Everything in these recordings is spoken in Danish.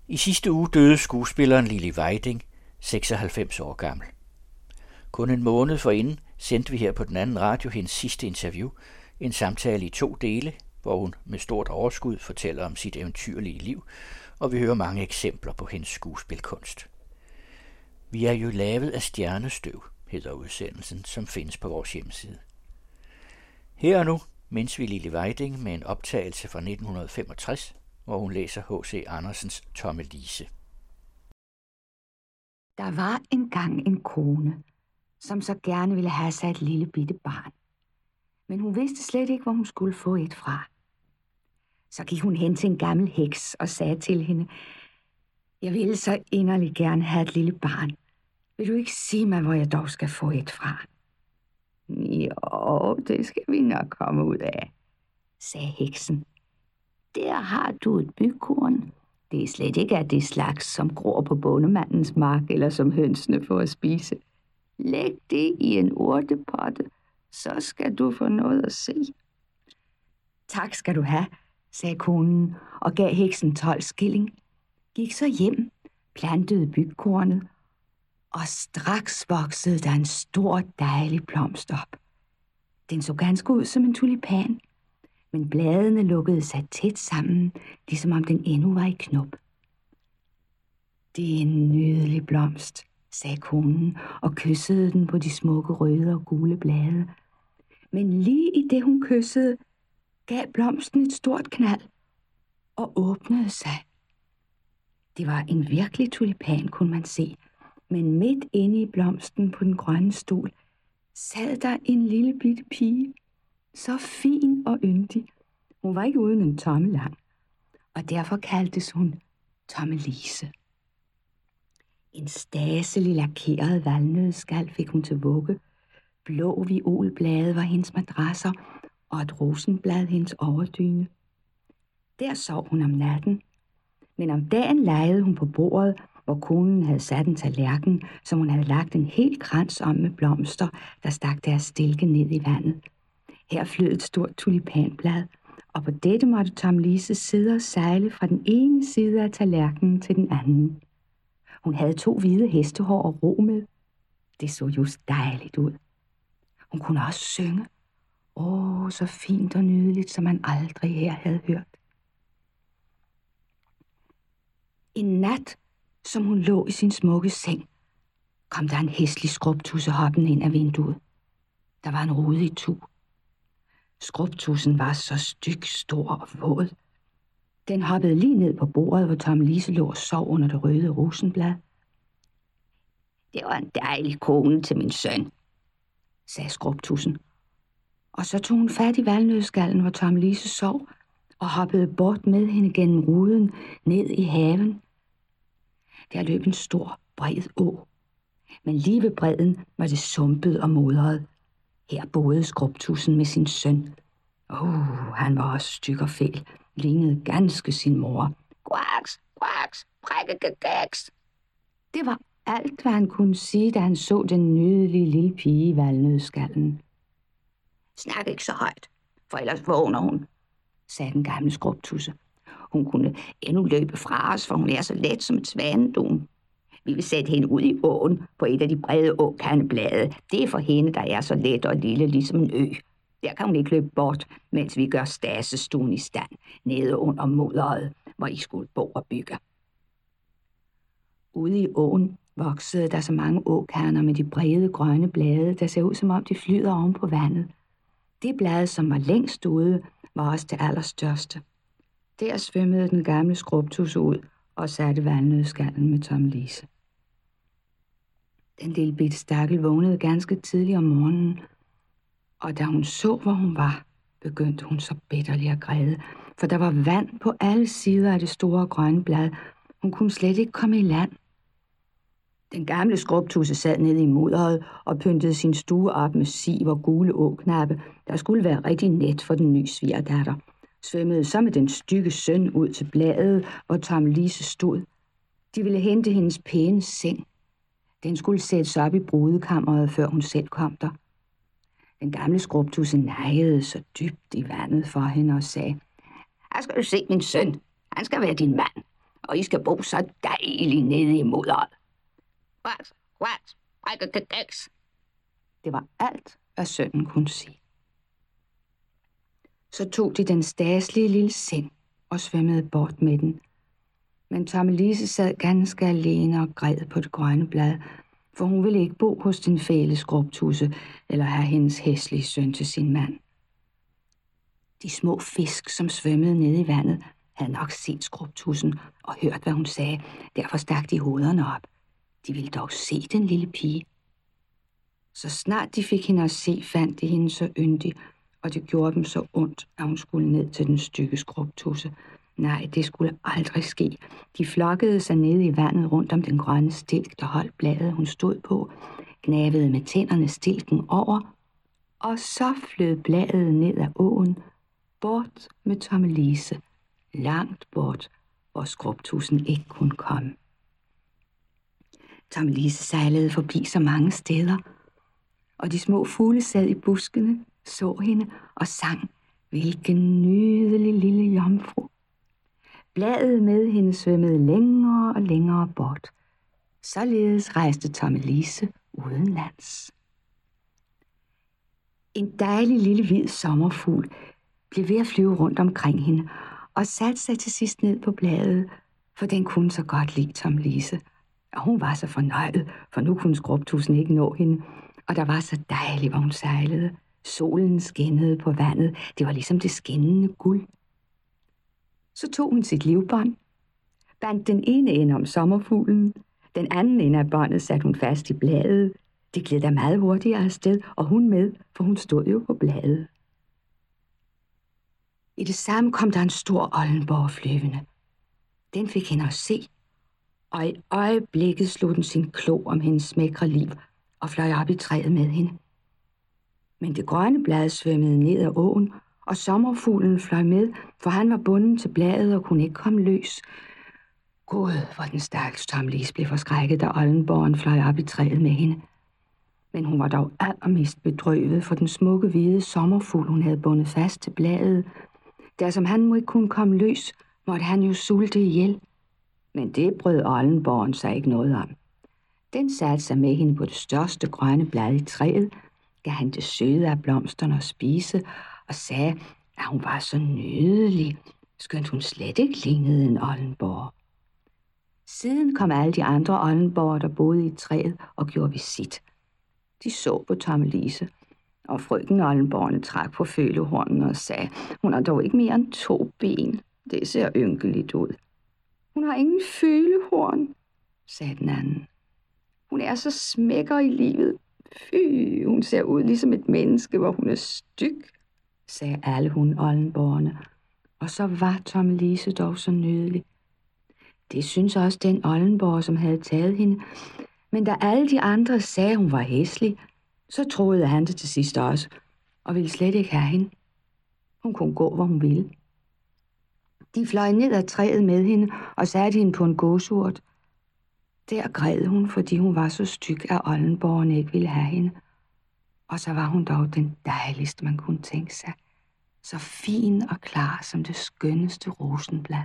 I sidste uge døde skuespilleren Lili Weiding, 96 år gammel. Kun en måned forinden sendte vi her på den anden radio hendes sidste interview, en samtale i 2 dele, hvor hun med stort overskud fortæller om sit eventyrlige liv, og vi hører mange eksempler på hendes skuespilkunst. Vi er jo lavet af stjernestøv, hedder udsendelsen, som findes på vores hjemmeside. Her og nu, mens vi Lili Weiding med en optagelse fra 1965, hvor hun læser H.C. Andersens Tommelise. Der var engang en kone, som så gerne ville have sig et lille bitte barn. Men hun vidste slet ikke, hvor hun skulle få et fra. Så gik hun hen til en gammel heks og sagde til hende: "Jeg ville så inderligt gerne have et lille barn. Vil du ikke sige mig, hvor jeg dog skal få et fra?" "Jo, det skal vi nok komme ud af," sagde heksen. "Der har du et bygkorn. Det er slet ikke af det slags, som gror på bondemandens mark, eller som hønsene får at spise. Læg det i en urtepotte, så skal du få noget at se." "Tak skal du have," sagde konen og gav heksen 12 skilling. Gik så hjem, plantede bygkornet, og straks voksede der en stor, dejlig blomst op. Den så ganske ud som en tulipan, men bladene lukkede sig tæt sammen, ligesom om den endnu var i knop. "Det er en nydelig blomst," sagde konen og kyssede den på de smukke røde og gule blade. Men lige i det hun kyssede, gav blomsten et stort knald og åbnede sig. Det var en virkelig tulipan, kunne man se, men midt inde i blomsten på den grønne stol sad der en lille bitte pige, så fin og yndig. Hun var ikke uden en tomme lang, og derfor kaldtes hun Tommelise. En staselig lakeret valnødsskal fik hun til vugge. Blå violblade var hendes madrasser, og et rosenblad hendes overdyne. Der sov hun om natten, men om dagen legede hun på bordet, hvor konen havde sat en tallerken, som hun havde lagt en hel krans om med blomster, der stak deres stilke ned i vandet. Her flød et stort tulipanblad, og på dette måtte Tommelise sidde og sejle fra den ene side af tallerkenen til den anden. Hun havde 2 hvide hestehår og ro med. Det så just dejligt ud. Hun kunne også synge. Så fint og nydeligt, som man aldrig her havde hørt. En nat, som hun lå i sin smukke seng, kom der en hæslig skrubtusse hoppende ind af vinduet. Der var en rude i tu. Skrubtussen var så styg, stor og våd. Den hoppede lige ned på bordet, hvor Tommelise lå og sov under det røde rosenblad. "Det var en dejlig kone til min søn," sagde skrubtussen. Og så tog hun fat i valnødskallen, hvor Tommelise sov, og hoppede bort med hende gennem ruden ned i haven. Der løb en stor, bred å, men lige ved bredden var det sumpet og modret. Her boede skrubtussen med sin søn. Han var også styg og fæl, lignede ganske sin mor. "Quaks, quaks, prækkegagaks." Det var alt, hvad han kunne sige, da han så den nydelige lille pige i valnødskallen. "Snak ikke så højt, for ellers vågner hun," sagde den gamle skrubtusse. "Hun kunne endnu løbe fra os, for hun er så let som et svanedun. Vi vil sætte hende ud i åen på et af de brede åkandeblade. Det er for hende, der er så let og lille, ligesom en ø. Der kan hun ikke løbe bort, mens vi gør stasestuen i stand, nede under mudderet, hvor I skulle bo og bygge." Ude i åen voksede der så mange åkerner med de brede grønne blade, der ser ud som om de flyder oven på vandet. Det blad, som var længst ude, var også det allerstørste. Der svømmede den gamle skrubtusse ud og satte valnødskallen med Tommelise. Den lille bitte stakkel vågnede ganske tidligt om morgenen, og da hun så, hvor hun var, begyndte hun så bitterligt at græde, for der var vand på alle sider af det store grønne blad. Hun kunne slet ikke komme i land. Den gamle skrubtusse sad nede i mudderet og pyntede sin stue op med siv og gule åknappe, der skulle være rigtig net for den nye svigerdatter. Svømmede så med den stygge søn ud til bladet, hvor Tommelise stod. De ville hente hendes pæne seng. Den skulle sættes op i brudekammeret, før hun selv kom der. Den gamle skrubtusse nejede så dybt i vandet for hende og sagde: "Her skal du se min søn. Han skal være din mand. og I skal bo så dejligt nede i mudderet. Det var alt, hvad sønnen kunne sige. Så tog de den staslige lille seng og svømmede bort med den. Men Tommelise sad ganske alene og græd på det grønne blad, for hun ville ikke bo hos den fæle Skrubtudse eller have hendes hæslige søn til sin mand. De små fisk, som svømmede nede i vandet, havde nok set Skrubtudsen og hørt, hvad hun sagde. Derfor stak de hovederne op. De ville dog se den lille pige. Så snart de fik hende at se, fandt de hende så yndig, og det gjorde dem så ondt, at hun skulle ned til den stykke Skrubtudse. Nej, det skulle aldrig ske. De flokkede sig nede i vandet rundt om den grønne stilk, der holdt bladet, hun stod på, gnavede med tænderne stilken over, og så flød bladet ned ad åen, bort med Tommelise, langt bort, hvor Skrubtudsen ikke kunne komme. Tommelise sejlede forbi så mange steder, og de små fugle sad i buskene, så hende og sang, hvilken nydelig lille jomfru. Bladet med hende svømmede længere og længere bort. Således rejste Tommelise udenlands. En dejlig lille hvid sommerfugl blev ved at flyve rundt omkring hende og satte sig til sidst ned på bladet, for den kunne så godt lide Tommelise. Og hun var så fornøjet, for nu kunne Skrubtudsen ikke nå hende, og der var så dejligt, hvor hun sejlede. Solen skinnede på vandet. Det var ligesom det skinnende guld. Så tog hun sit livbånd, bandt den ene ende om sommerfuglen, den anden ende af båndet satte hun fast i bladet. Det gled da meget hurtigere afsted, og hun med, for hun stod jo på bladet. I det samme kom der en stor oldenborg flyvende. Den fik hende at se, og i øjeblikket slog den sin klo om hendes smækre liv og fløj op i træet med hende. Men det grønne blad svømmede ned ad åen, og sommerfuglen fløj med, for han var bundet til bladet og kunne ikke komme løs. Gud, hvor den stakkels Tommelise blev forskrækket, da oldenborgen fløj op i træet med hende. Men hun var dog allermest bedrøvet, for den smukke hvide sommerfugl, hun havde bundet fast til bladet. Der som han ikke kunne komme løs, måtte han jo sulte ihjel. Men det brød oldenborgen sig ikke noget om. Den satte sig med hende på det største grønne blad i træet, gav han det søde af blomsterne at spise, og sagde, at hun var så nydelig, skønt hun slet ikke lignede en oldenborg. Siden kom alle de andre oldenborger, der boede i træet, og gjorde visit. De så på Tommelise, og frøken oldenborgerne trak på følehornen og sagde, hun har dog ikke mere end 2 ben. Det ser ynkeligt ud. Hun har ingen følehorn, sagde den anden. Hun er så smækker i livet. Fy, hun ser ud ligesom et menneske, hvor hun er styg, sagde alle oldenborgerne. Og så var Tommelise dog så nydelig. Det synes også den oldenborg, som havde taget hende. Men da alle de andre sagde, hun var hæslig, så troede han det til sidst også, og ville slet ikke have hende. Hun kunne gå, hvor hun ville. De fløj ned ad træet med hende og satte hende på en gåsurt. Der græd hun, fordi hun var så styg, at oldenborgerne ikke ville have hende. Og så var hun dog den dejligste, man kunne tænke sig. Så fin og klar som det skønneste rosenblad.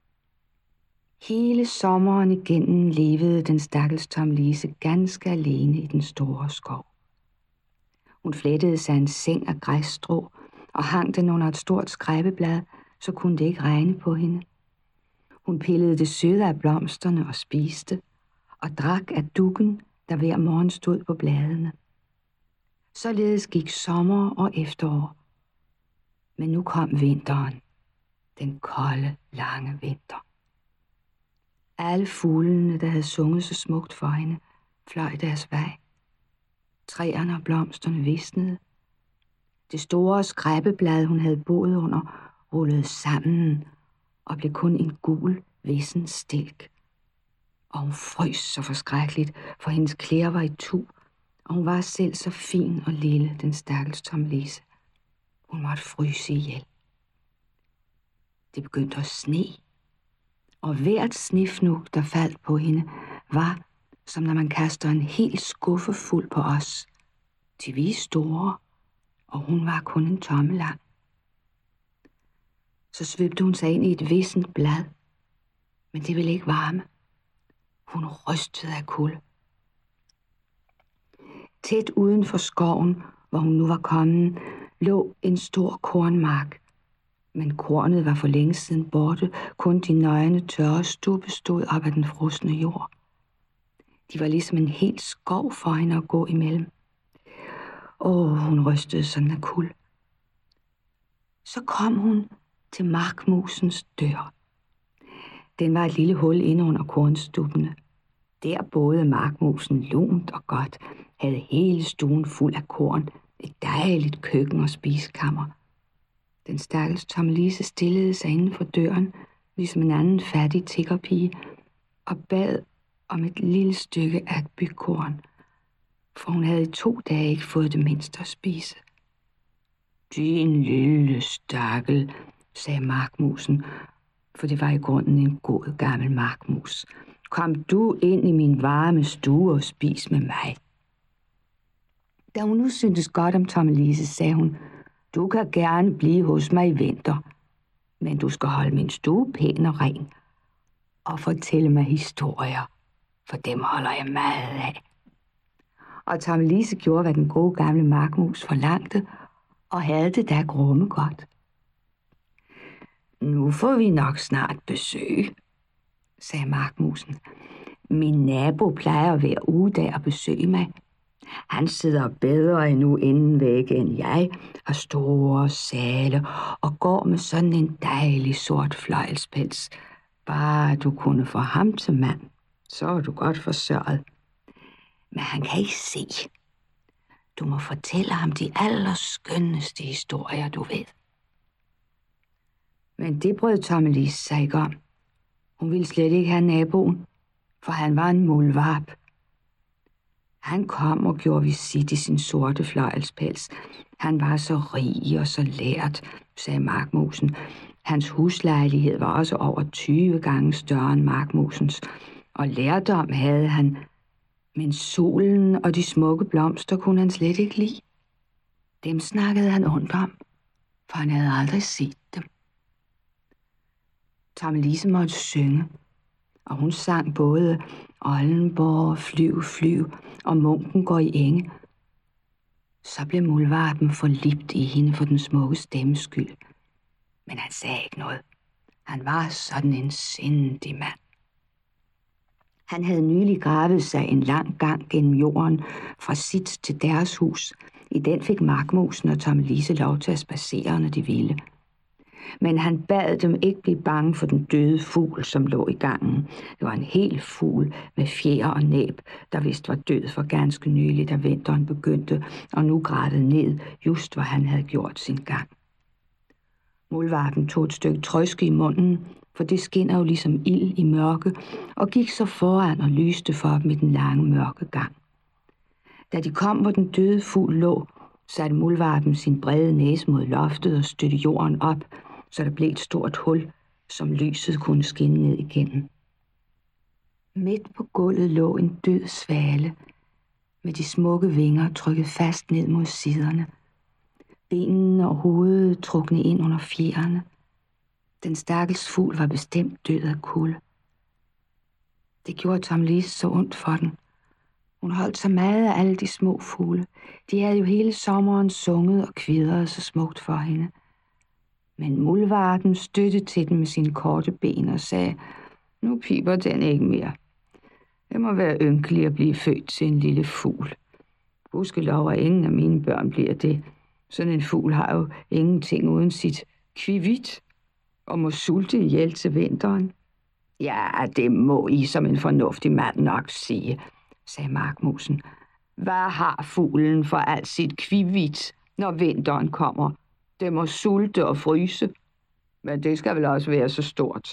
Hele sommeren igennem levede den stakkels Tommelise ganske alene i den store skov. Hun flettede sig en seng af græsstrå og hang den under et stort skræbeblad, så kunne det ikke regne på hende. Hun pillede det søde af blomsterne og spiste, og drak af dukken, der hver morgen stod på bladene. Således gik sommer og efterår. Men nu kom vinteren, den kolde, lange vinter. Alle fuglene, der havde sunget så smukt for hende, fløj deres vej. Træerne og blomsterne visnede. Det store skræbeblad, hun havde boet under, rullede sammen og blev kun en gul, vissen stilk. Og hun frøs så forskrækkeligt, for hendes klæder var i tu, og hun var selv så fin og lille, den stakkels Tommelise. Hun måtte fryse ihjel. Det begyndte at sne, og hvert snefnug, der faldt på hende, var, som når man kaster en hel skuffe fuld på os. De vi store, og hun var kun en tomme lang. Så svøbte hun sig ind i et vissent blad, Men det ville ikke varme. Hun rystede af kulde. Tæt uden for skoven, hvor hun nu var kommet, lå en stor kornmark. Men kornet var for længe siden borte. Kun de nøgne, tørre stubbe stod op ad den frosne jord. De var ligesom en hel skov for hende at gå imellem. Hun rystede sådan af kulde. Så kom hun til markmusens dør. Den var et lille hul inde under kornstubbene. Der boede markmusen lunt og godt, havde hele stuen fuld af korn, et dejligt køkken og spisekammer. Den stakkels Tommelise stillede sig inden for døren, ligesom en anden fattig tiggerpige, og bad om et lille stykke af et bygkorn, for hun havde i 2 dage ikke fået det mindste at spise. Din lille stakkel, sagde markmusen, for det var i grunden en god gammel markmus. Kom du ind i min varme stue og spis med mig. Da hun nu syntes godt om Tommelise, sagde hun, du kan gerne blive hos mig i vinter, men du skal holde min stue pæn og ren og fortælle mig historier, for dem holder jeg meget af. Og Tommelise gjorde, hvad den gode gamle markmus forlangte, og havde det da grumme godt. Nu får vi nok snart besøg, sagde markmusen. Min nabo plejer hver uge der at besøge mig. Han sidder bedre endnu inden vægge end jeg, har store sale og går med sådan en dejlig sort fløjlspels. Bare du kunne få ham til mand, så er du godt forsørget. Men han kan ikke se. Du må fortælle ham de allerskønneste historier, du ved. Men det brød Tommelise sig ikke om. Hun ville slet ikke have naboen, for han var en muldvarp. Han kom og gjorde visit i sin sorte fløjlspels. Han var så rig og så lært, sagde markmusen. Hans huslejlighed var også over 20 gange større end markmusens, og lærdom havde han, men solen og de smukke blomster kunne han slet ikke lide. Dem snakkede han ondt om, for han havde aldrig set dem. Tommelise måtte synge, og hun sang både Oldenborg, flyv, flyv og Munken går i enge. Så blev muldvarpen forlibt i hende for den smukke stemmes skyld. Men han sagde ikke noget. Han var sådan en sindig mand. Han havde nylig gravet sig en lang gang gennem jorden fra sit til deres hus. I den fik markmusen og Tommelise lov til at spacere, når de ville. Men han bad dem ikke blive bange for den døde fugl, som lå i gangen. Det var en hel fugl med fjer og næb, der vist var død for ganske nylig, da vinteren begyndte, og nu gravede ned, just hvor han havde gjort sin gang. Muldvarpen tog et stykke trøske i munden, for det skinner jo ligesom ild i mørke, og gik så foran og lyste for dem i den lange mørke gang. Da de kom, hvor den døde fugl lå, satte muldvarpen sin brede næse mod loftet og stødte jorden op, så der blev et stort hul, som lyset kunne skinne ned igennem. Midt på gulvet lå en død svale, med de smukke vinger trykket fast ned mod siderne. Benene og hovedet trukne ind under fjerene. Den stakkels fugl var bestemt død af kulde. Det gjorde Tommelise så ondt for den. Hun holdt så meget af alle de små fugle. De havde jo hele sommeren sunget og kvidret så smukt for hende. Men muldvarpen støttede til den med sine korte ben og sagde, nu piber den ikke mere. Det må være ynkeligt at blive født til en lille fugl. Gudskelov, at ingen af mine børn bliver det. Sådan en fugl har jo ingenting uden sit kvivit og må sulte ihjel til vinteren. Ja, det må I som en fornuftig mand nok sige, sagde markmusen. Hvad har fuglen for alt sit kvivit, når vinteren kommer? Det må sulte og fryse, men det skal vel også være så stort.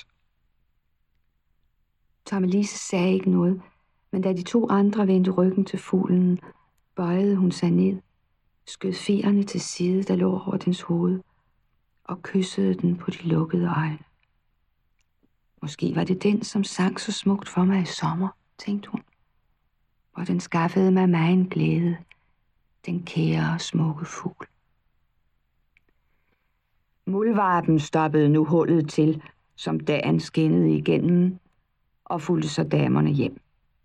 Tommelise sagde ikke noget, men da de 2 andre vendte ryggen til fuglen, bøjede hun sig ned, skød fjerene til side, der lå over dens hoved, og kyssede den på de lukkede øjne. Måske var det den, som sang så smukt for mig i sommer, tænkte hun, og den skaffede mig megen glæde, den kære og smukke fugl. Muldvarpen stoppede nu hullet til, som dagen skinnede igennem, og fulgte så damerne hjem.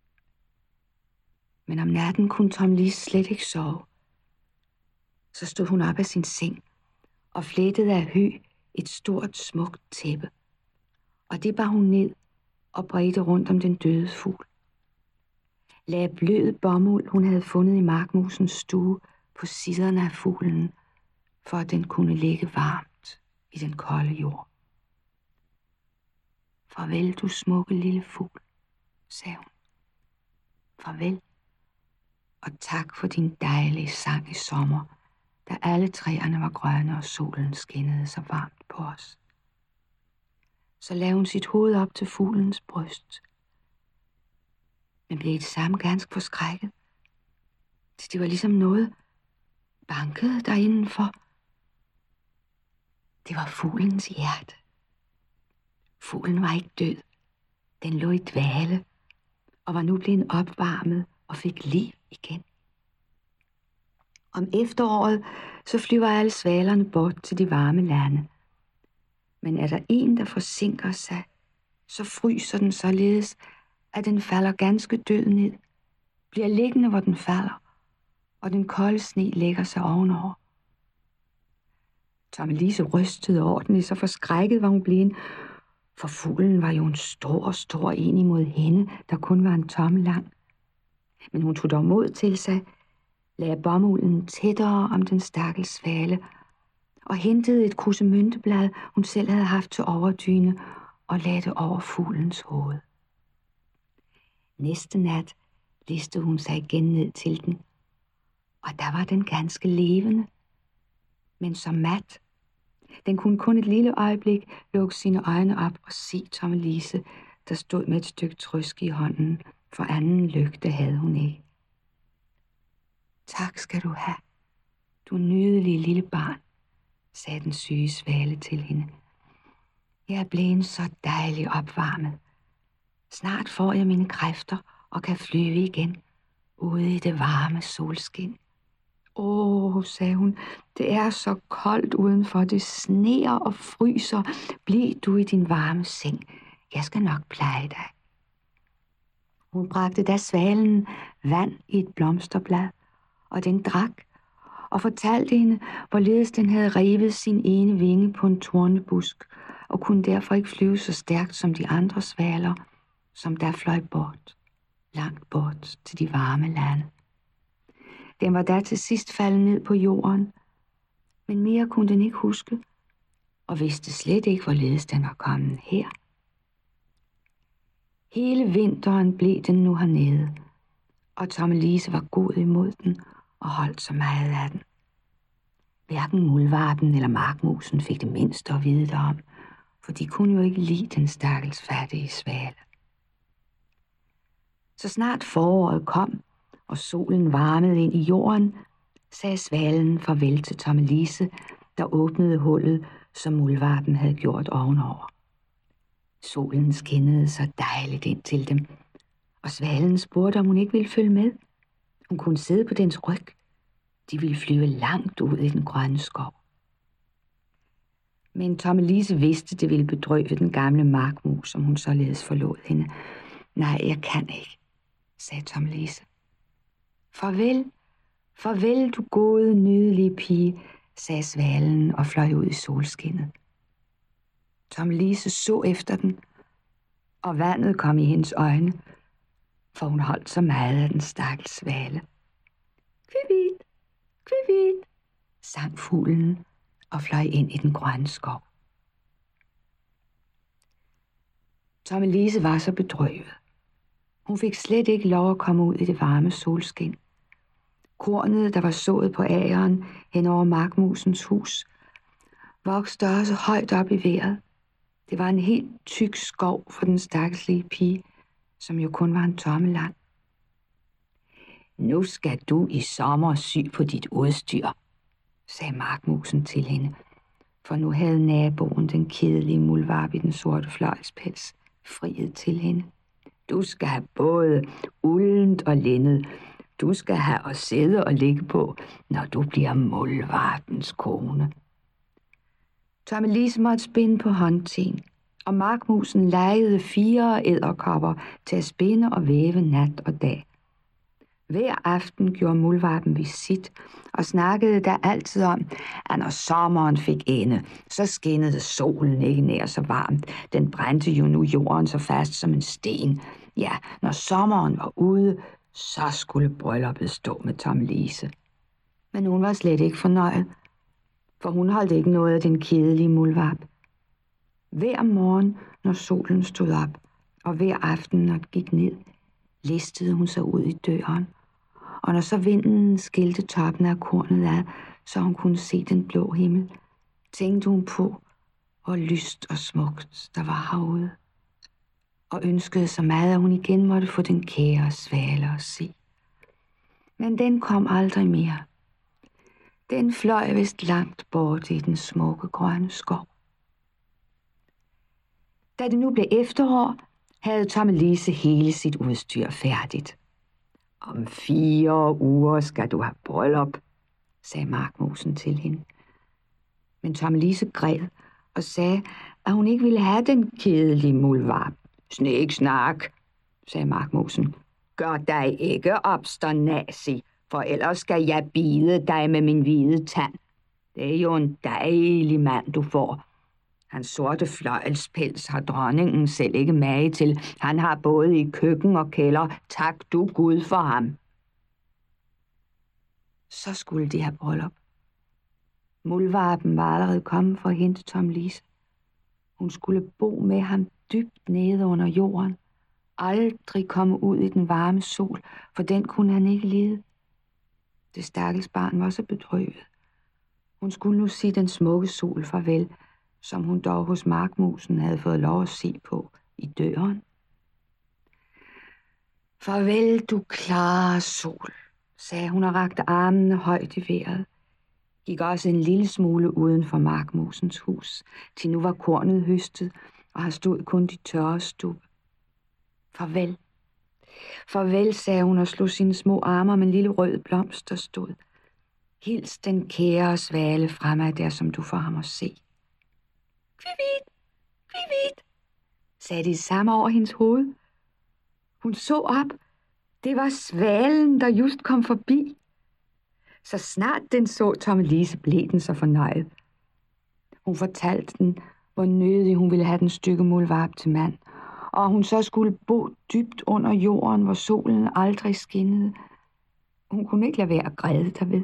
Men om natten kunne Tommelise slet ikke sove. Så stod hun op af sin seng og flettede af hø et stort, smukt tæppe. Og det bar hun ned og bredte rundt om den døde fugl. Lagde blød bomuld, hun havde fundet i markmusens stue, på siderne af fuglen, for at den kunne ligge varmt i den kolde jord. Farvel, du smukke lille fugl, sagde hun. Farvel, og tak for din dejlige sang i sommer, da alle træerne var grønne og solen skinnede så varmt på os. Så lagde hun sit hoved op til fuglens bryst, men blev det samme ganske forskrækket. Det var ligesom noget bankede derindenfor. Det var fuglens hjerte. Fuglen var ikke død. Den lå i dvale og var nu blevet opvarmet og fik liv igen. Om efteråret så flyver alle svalerne bort til de varme lande. Men er der en, der forsinker sig, så fryser den således, at den falder ganske død ned, bliver liggende, hvor den falder, og den kolde sne lægger sig ovenover. Tommelise rystede ordentligt, så forskrækket var hun blevet, for fuglen var jo en stor en imod hende, der kun var en tomme lang. Men hun tog dog mod til sig, lagde bomulden tættere om den stakkels svale, og hentede et kussemynteblad, hun selv havde haft til overdyne, og lagde det over fuglens hoved. Næste nat listede hun sig igen ned til den, og der var den ganske levende, men så mat. Den kunne kun et lille øjeblik lukke sine øjne op og se Tommelise, der stod med et stykke trøske i hånden, for anden lygte havde hun ikke. Tak skal du have, du nydelige lille barn, sagde den syge svale til hende. Jeg er blevet så dejligt opvarmet. Snart får jeg mine kræfter og kan flyve igen ude i det varme solskin. Sagde hun, det er så koldt udenfor, det sneer og fryser. Bliv du i din varme seng. Jeg skal nok pleje dig. Hun bragte da svalen vand i et blomsterblad, og den drak, og fortalte hende, hvorledes den havde revet sin ene vinge på en tornebusk, og kunne derfor ikke flyve så stærkt som de andre svaler, som der fløj bort, langt bort til de varme lande. Den var da til sidst faldet ned på jorden, men mere kunne den ikke huske, og vidste slet ikke, hvorledes den var kommet her. Hele vinteren blev den nu hernede, og Tommelise var god imod den og holdt så meget af den. Hverken muldvarpen eller markmusen fik det mindste at vide derom, for de kunne jo ikke lide den stakkels fattige svale. Så snart foråret kom, og solen varmede ind i jorden, sagde svalen farvel til Tommelise, der åbnede hullet, som muldvarpen havde gjort ovenover. Solen skinnede så dejligt ind til dem, og svalen spurgte, om hun ikke ville følge med. Hun kunne sidde på dens ryg. De ville flyve langt ud i den grønne skov. Men Tommelise vidste, det ville bedrøve den gamle markmus, som hun således forlod hende. Nej, jeg kan ikke, sagde Tommelise. Farvel, farvel, du gode, nydelige pige, sagde svalen og fløj ud i solskinnet. Tommelise så efter den, og vandet kom i hendes øjne, for hun holdt så meget af den stakkels svale. Kvivit, kvivit, sang fuglen og fløj ind i den grønne skov. Tommelise var så bedrøvet. Hun fik slet ikke lov at komme ud i det varme solskin. Kornet, der var sået på ageren hen over markmusens hus, voksede også højt op i vejret. Det var en helt tyk skov for den stakkelslige pige, som jo kun var en tomme lang. Nu skal du i sommer sy på dit udstyr, sagde markmusen til hende, for nu havde naboen, den kedelige muldvarp i den sorte fløjlspels, friet til hende. Du skal have både uldent og linned. Du skal have at sidde og ligge på, når du bliver muldvarpens kone. Tommelise måtte spinde på håndten, og markmusen legede 4 edderkopper til at spinde og væve nat og dag. Hver aften gjorde muldvarpen visit og snakkede der altid om, at når sommeren fik ende, så skinnede solen ikke nær så varmt. Den brændte jo nu jorden så fast som en sten. Ja, når sommeren var ude, så skulle brylluppet stå med Tommelise. Men hun var slet ikke fornøjet, for hun holdt ikke noget af den kedelige muldvarp. Hver morgen, når solen stod op, og hver aften, når det gik ned, listede hun sig ud i døren. Og når så vinden skilte toppen af kornet af, så hun kunne se den blå himmel, tænkte hun på, hvor lyst og smukt der var herude, og ønskede så meget, at hun igen måtte få den kære svale at se. Men den kom aldrig mere. Den fløj vist langt bort i den smukke grønne skov. Da det nu blev efterår, havde Tommelise hele sit udstyr færdigt. Om 4 uger skal du have bryllup, sagde markmusen til hende. Men Tommelise græd og sagde, at hun ikke ville have den kedelige muldvarp. Snik snak, sagde markmusen. Gør dig ikke obsternasi, for ellers skal jeg bide dig med min hvide tand. Det er jo en dejlig mand, du får. Hans sorte fløjelspels har dronningen selv ikke mage til. Han har både i køkken og kælder. Tak du Gud for ham. Så skulle de have bryllup. Muldvarpen var allerede kommet for at hente Tommelise. Hun skulle bo med ham dybt nede under jorden. Aldrig komme ud i den varme sol, for den kunne han ikke lide. Det stakkels barn var så bedrøvet. Hun skulle nu sige den smukke sol farvel, som hun dog hos markmusen havde fået lov at se på i døren. Farvel, du klare sol, sagde hun og rakte armene højt i vejret. Gik også en lille smule uden for markmusens hus, til nu var kornet høstet, og her stod kun de tørre stubbe. Farvel. Farvel, sagde hun og slog sine små arme om en lille rød blomst, der stod. Hils den kære svale fremad der, som du får ham at se. Kvivit, kvivit, sagde de samme over hendes hoved. Hun så op. Det var svalen, der just kom forbi. Så snart den så Tommelise, blev den så fornøjet. Hun fortalte den, hvor nødig hun ville have den stykke muldvarp til mand, og hun så skulle bo dybt under jorden, hvor solen aldrig skinnede. Hun kunne ikke lade være at græde derved.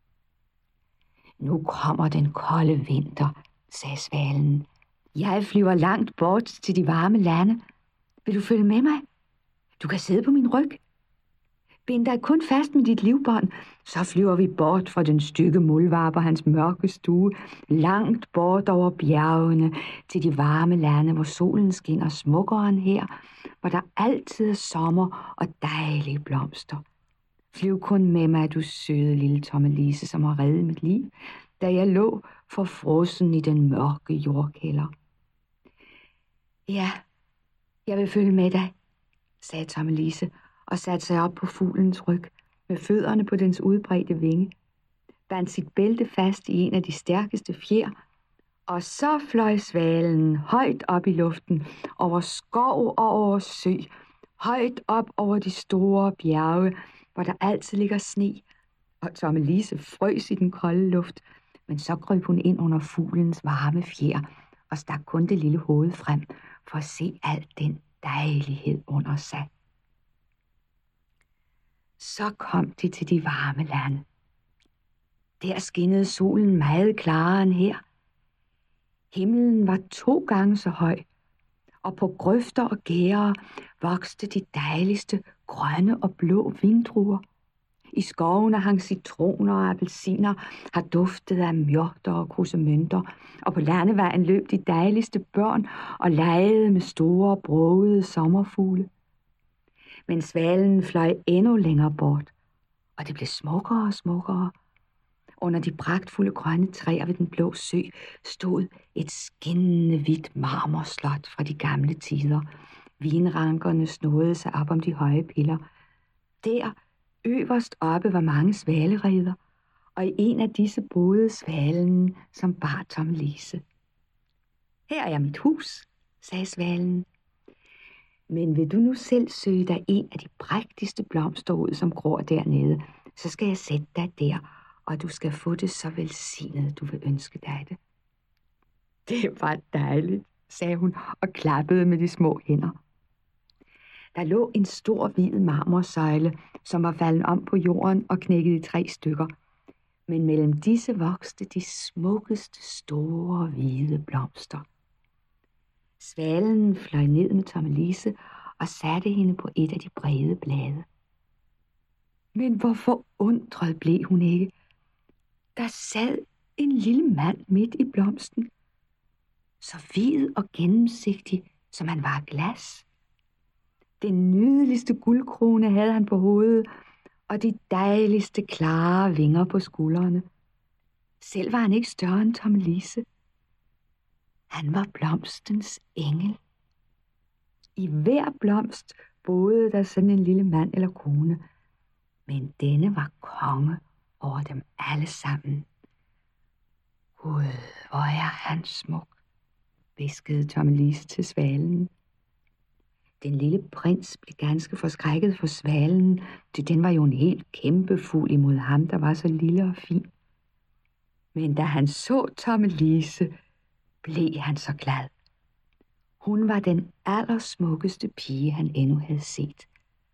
Nu kommer den kolde vinter, sagde svalen. Jeg flyver langt bort til de varme lande. Vil du følge med mig? Du kan sidde på min ryg. Bind dig kun fast med dit livbånd, så flyver vi bort fra den stygge muldvarp og hans mørke stue, langt bort over bjergene til de varme lande, hvor solen skinner smukkere end her, hvor der altid er sommer og dejlige blomster. Flyv kun med mig, du søde lille Tommelise, som har reddet mit liv, da jeg lå forfrossen i den mørke jordkælder. Ja, jeg vil følge med dig, sagde Tommelise og satte sig op på fuglens ryg med fødderne på dens udbredte vinge, bandt sit bælte fast i en af de stærkeste fjer, og så fløj svalen højt op i luften, over skov og over sø, højt op over de store bjerge, hvor der altid ligger sne, og Tommelise frøs i den kolde luft, men så kryb hun ind under fuglens varme fjer og stak kun det lille hoved frem for at se al den dejlighed under sig. Så kom de til de varme lande. Der skinnede solen meget klarere end her. Himlen var 2 gange så høj, og på grøfter og gærer vokste de dejligste grønne og blå vindruer. I skovene hang citroner og appelsiner, har duftet af mjørter og krusemønter, og på landevejen løb de dejligste børn og legede med store, brogede sommerfugle. Men svalen fløj endnu længere bort, og det blev smukkere og smukkere. Under de pragtfulde grønne træer ved den blå sø stod et skinnende hvidt marmorslot fra de gamle tider. Vinrankerne snodede sig op om de høje piller. Der øverst oppe var mange svalereder, og i en af disse boede svalen, som bar Tommelise. Her er mit hus, sagde svalen. Men vil du nu selv søge dig en af de prægtigste blomster ud, som gror dernede, så skal jeg sætte dig der, og du skal få det så velsignet, du vil ønske dig det. Det var dejligt, sagde hun og klappede med de små hænder. Der lå en stor hvid marmorsøjle, som var faldet om på jorden og knækket i 3 stykker. Men mellem disse voksede de smukkeste store hvide blomster. Svalen fløj ned med Tommelise og satte hende på et af de brede blade. Men hvor forundret blev hun ikke. Der sad en lille mand midt i blomsten, så hvid og gennemsigtig, som han var af glas. Den nydeligste guldkrone havde han på hovedet, og de dejligste klare vinger på skuldrene. Selv var han ikke større end Tommelise. Han var blomstens engel. I hver blomst boede der sådan en lille mand eller kone, men denne var konge over dem alle sammen. Gud, hvor er han smuk, hviskede Tommelise til svalen. Den lille prins blev ganske forskrækket for svalen, til den var jo en helt kæmpe fugl imod ham, der var så lille og fin. Men da han så Tommelise, blev han så glad. Hun var den allersmukkeste pige, han endnu havde set.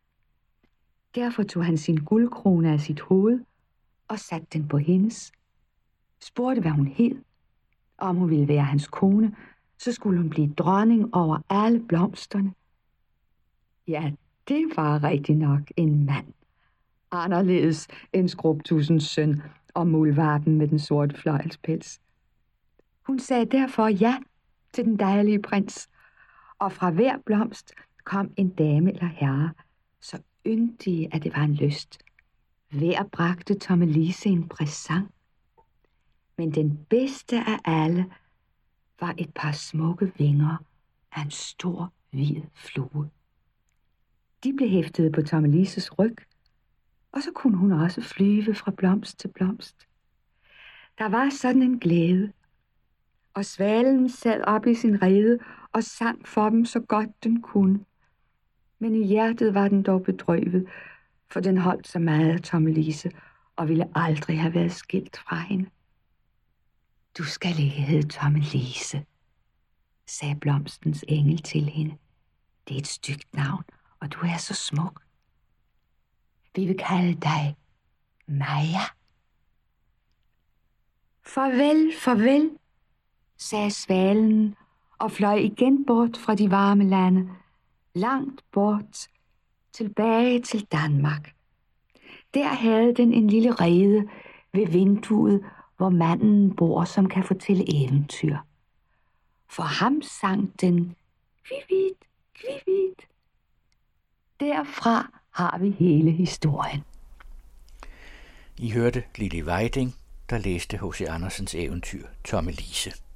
Derfor tog han sin guldkrone af sit hoved og satte den på hendes. Spurgte, hvad hun hed, og om hun ville være hans kone, så skulle hun blive dronning over alle blomsterne. Ja, det var rigtig nok en mand. Anderledes end Skrubtussens søn og muldvarpen med den sorte fløjelspels. Hun sagde derfor ja til den dejlige prins, og fra hver blomst kom en dame eller herre, så yndige, at det var en lyst. Hver bragte Tommelise en præsent. Men den bedste af alle var et par smukke vinger af en stor, hvid flue. De blev hæftet på Tommelises ryg, og så kunne hun også flyve fra blomst til blomst. Der var sådan en glæde, og svalen sad op i sin rede og sang for dem så godt den kunne. Men i hjertet var den dog bedrøvet, for den holdt så meget af Tommelise og ville aldrig have været skilt fra hende. Du skal ikke hedde Tommelise, sagde blomstens engel til hende. Det er et stygt navn, og du er så smuk. Vi vil kalde dig Maja. Farvel, farvel, sagde svalen og fløj igen bort fra de varme lande, langt bort, tilbage til Danmark. Der havde den en lille rede ved vinduet, hvor manden bor, som kan fortælle eventyr. For ham sang den kvivit, kvivit. Derfra har vi hele historien. I hørte Lili Weiding, der læste H.C. Andersens eventyr Tommelise.